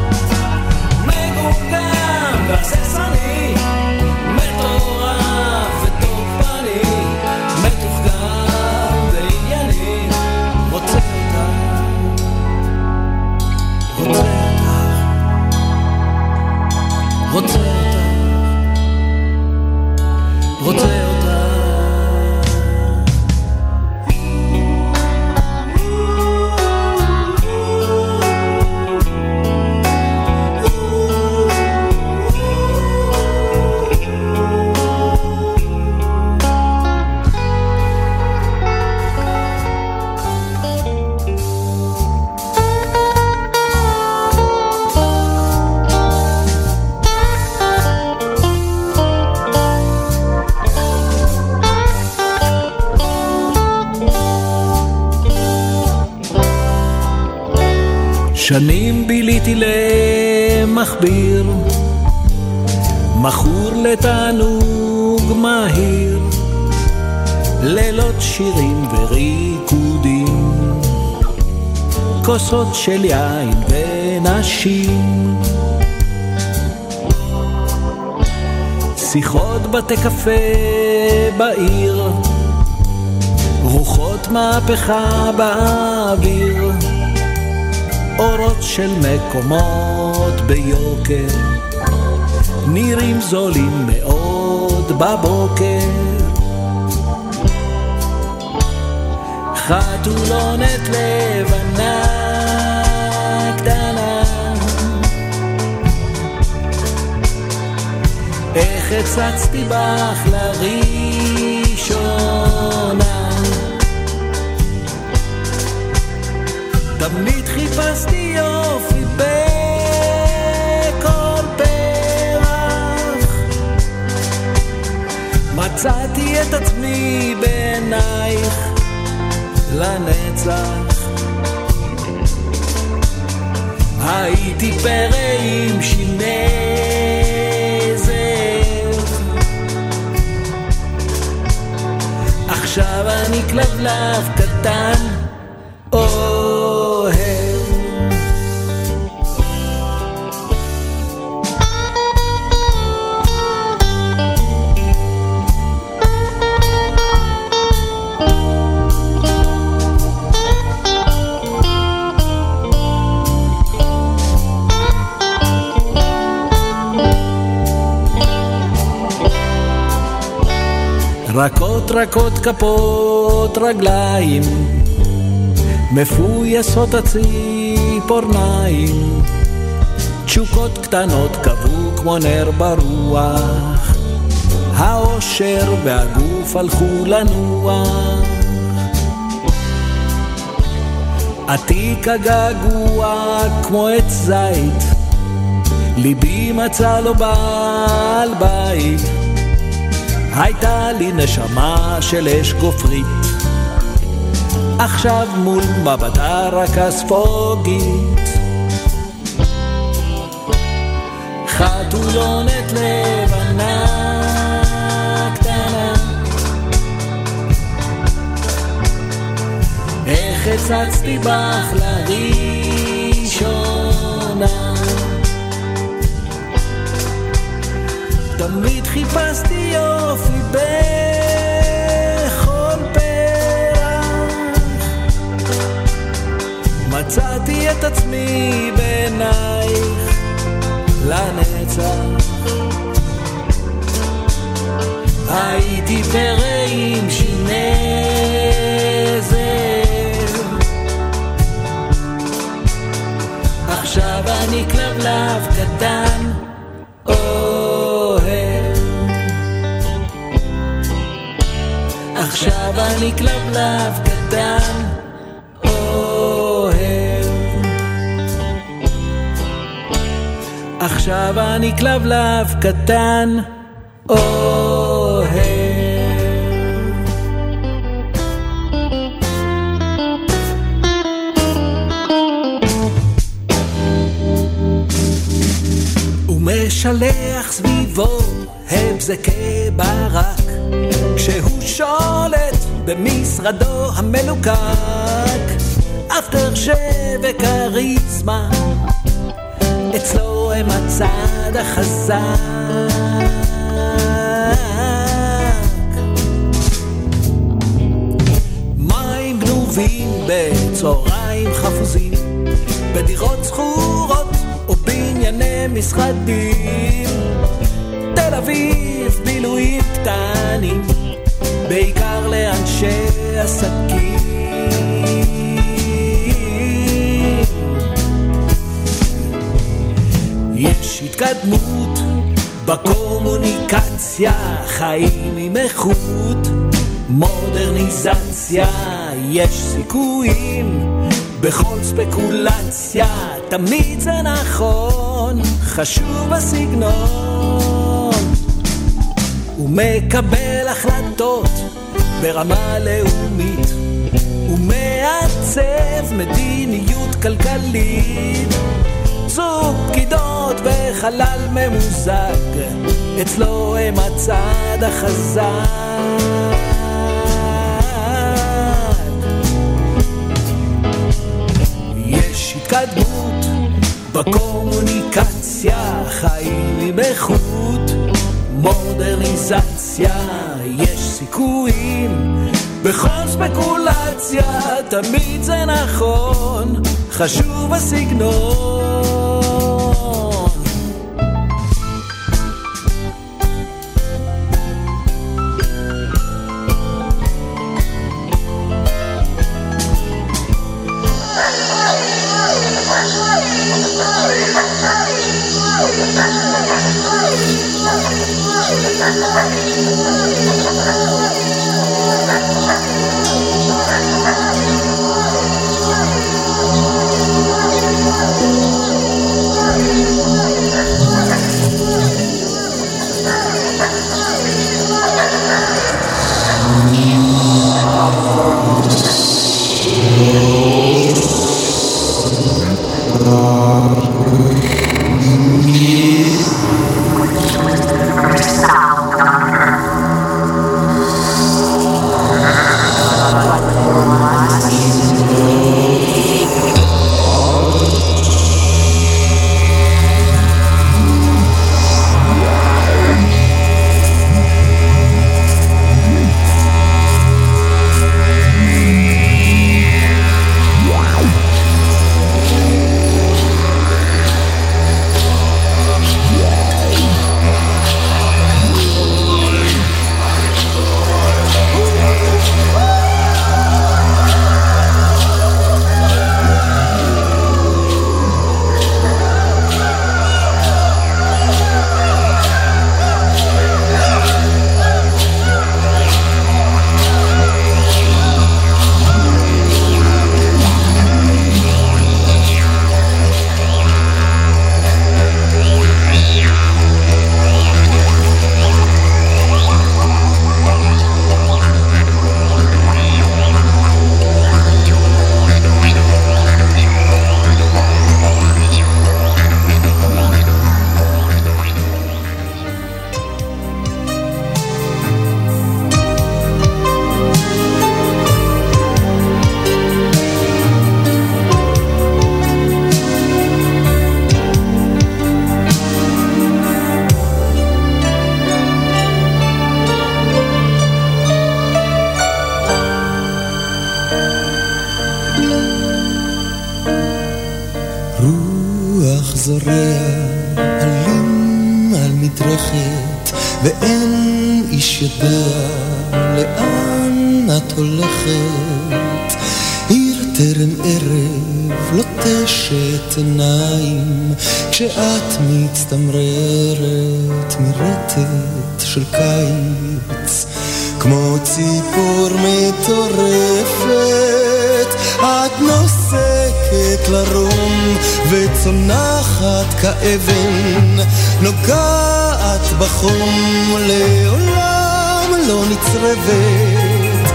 Speaker 8: מגוגם והססני, מטורף ותוקפני, מתוחכם וענייני, רוצה אותך, רוצה אותך, שנים ביליתי למחביר, מכור לתענוג מהיר, לילות שירים וריקודים, כוסות של יין ונשים, שיחות בתי קפה בעיר, רוחות מהפכה באוויר, אורות של מקומות ביוקר, נירים זולים מאוד בבוקר, חתולונת לבנה קטנה, איך הצצתי בך לראשונה, תמיד חיפשתי יופי בכל פרח, מצאתי את עצמי בעינייך לנצח, הייתי פרא עם שיני זאב, עכשיו אני כלבלב קטן אוהב. רכות רכות כפות רגליים, מפויסות הציפורניים, תשוקות קטנות קבעו כמו נר ברוח, האושר והגוף הלכו לנוח, עתיק הגעגוע כמו עץ זית, ליבי מצא לו בעל בית, הייתה לי נשמה של אש גופרית, עכשיו מול מבטה רק הספוגית, חתולונת לבנה קטנה, איך הצצתי בך לראשונה, תמיד חיפשתי יופי בכל פרח, מצאתי את עצמי בעינייך לנצח, הייתי פרא עם שיני זאב, עכשיו אני כלבלב קטן עכשיו אני כלבלב קטן אוהב, עכשיו אני כלבלב קטן אוהב. ומשלח סביבו הבזקי ברק, כשהוא שולט במשרדו המלוקק, אפטר שבקריזמה, אצלו הם הצד החזק, מים גנובים בצהריים חפוזים, בדירות זכורות ובנייני משרדים, תל אביב בילויים קטנים, בעיקר לאנשי עסקים, יש התקדמות בקומוניקציה, חיים עם איכות, מודרניזציה, יש סיכויים בכל ספקולציה, תמיד זה נכון, חשוב הסגנון, הוא מקבל החלטות ברמה לאומית, הוא מעצב מדיניות כלכלית, זוג פקידות וחלל ממוזג, אצלו הם הצד החזק. יש התקדמות בקומוניקציה, חיים עם איכות, מודרניזציה, יש סיכויים בכל ספקולציה, תמיד זה נכון, חשוב הסגנון.
Speaker 9: כשאת מצטמררת מרטט של קיץ, כמו ציפור מטורפת, את נוסקת לרום וצונחת כאבן, נוגעת בחום, לעולם לא נצרבת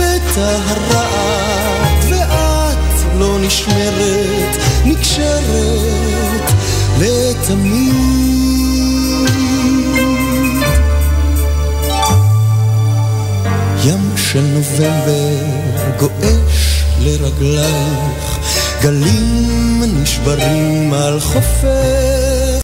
Speaker 9: בטהרת, ואת לא נשמרת, נקשרת לתמיד. ים של נובמבר גועש לרגלייך, גלים נשברים על חופך,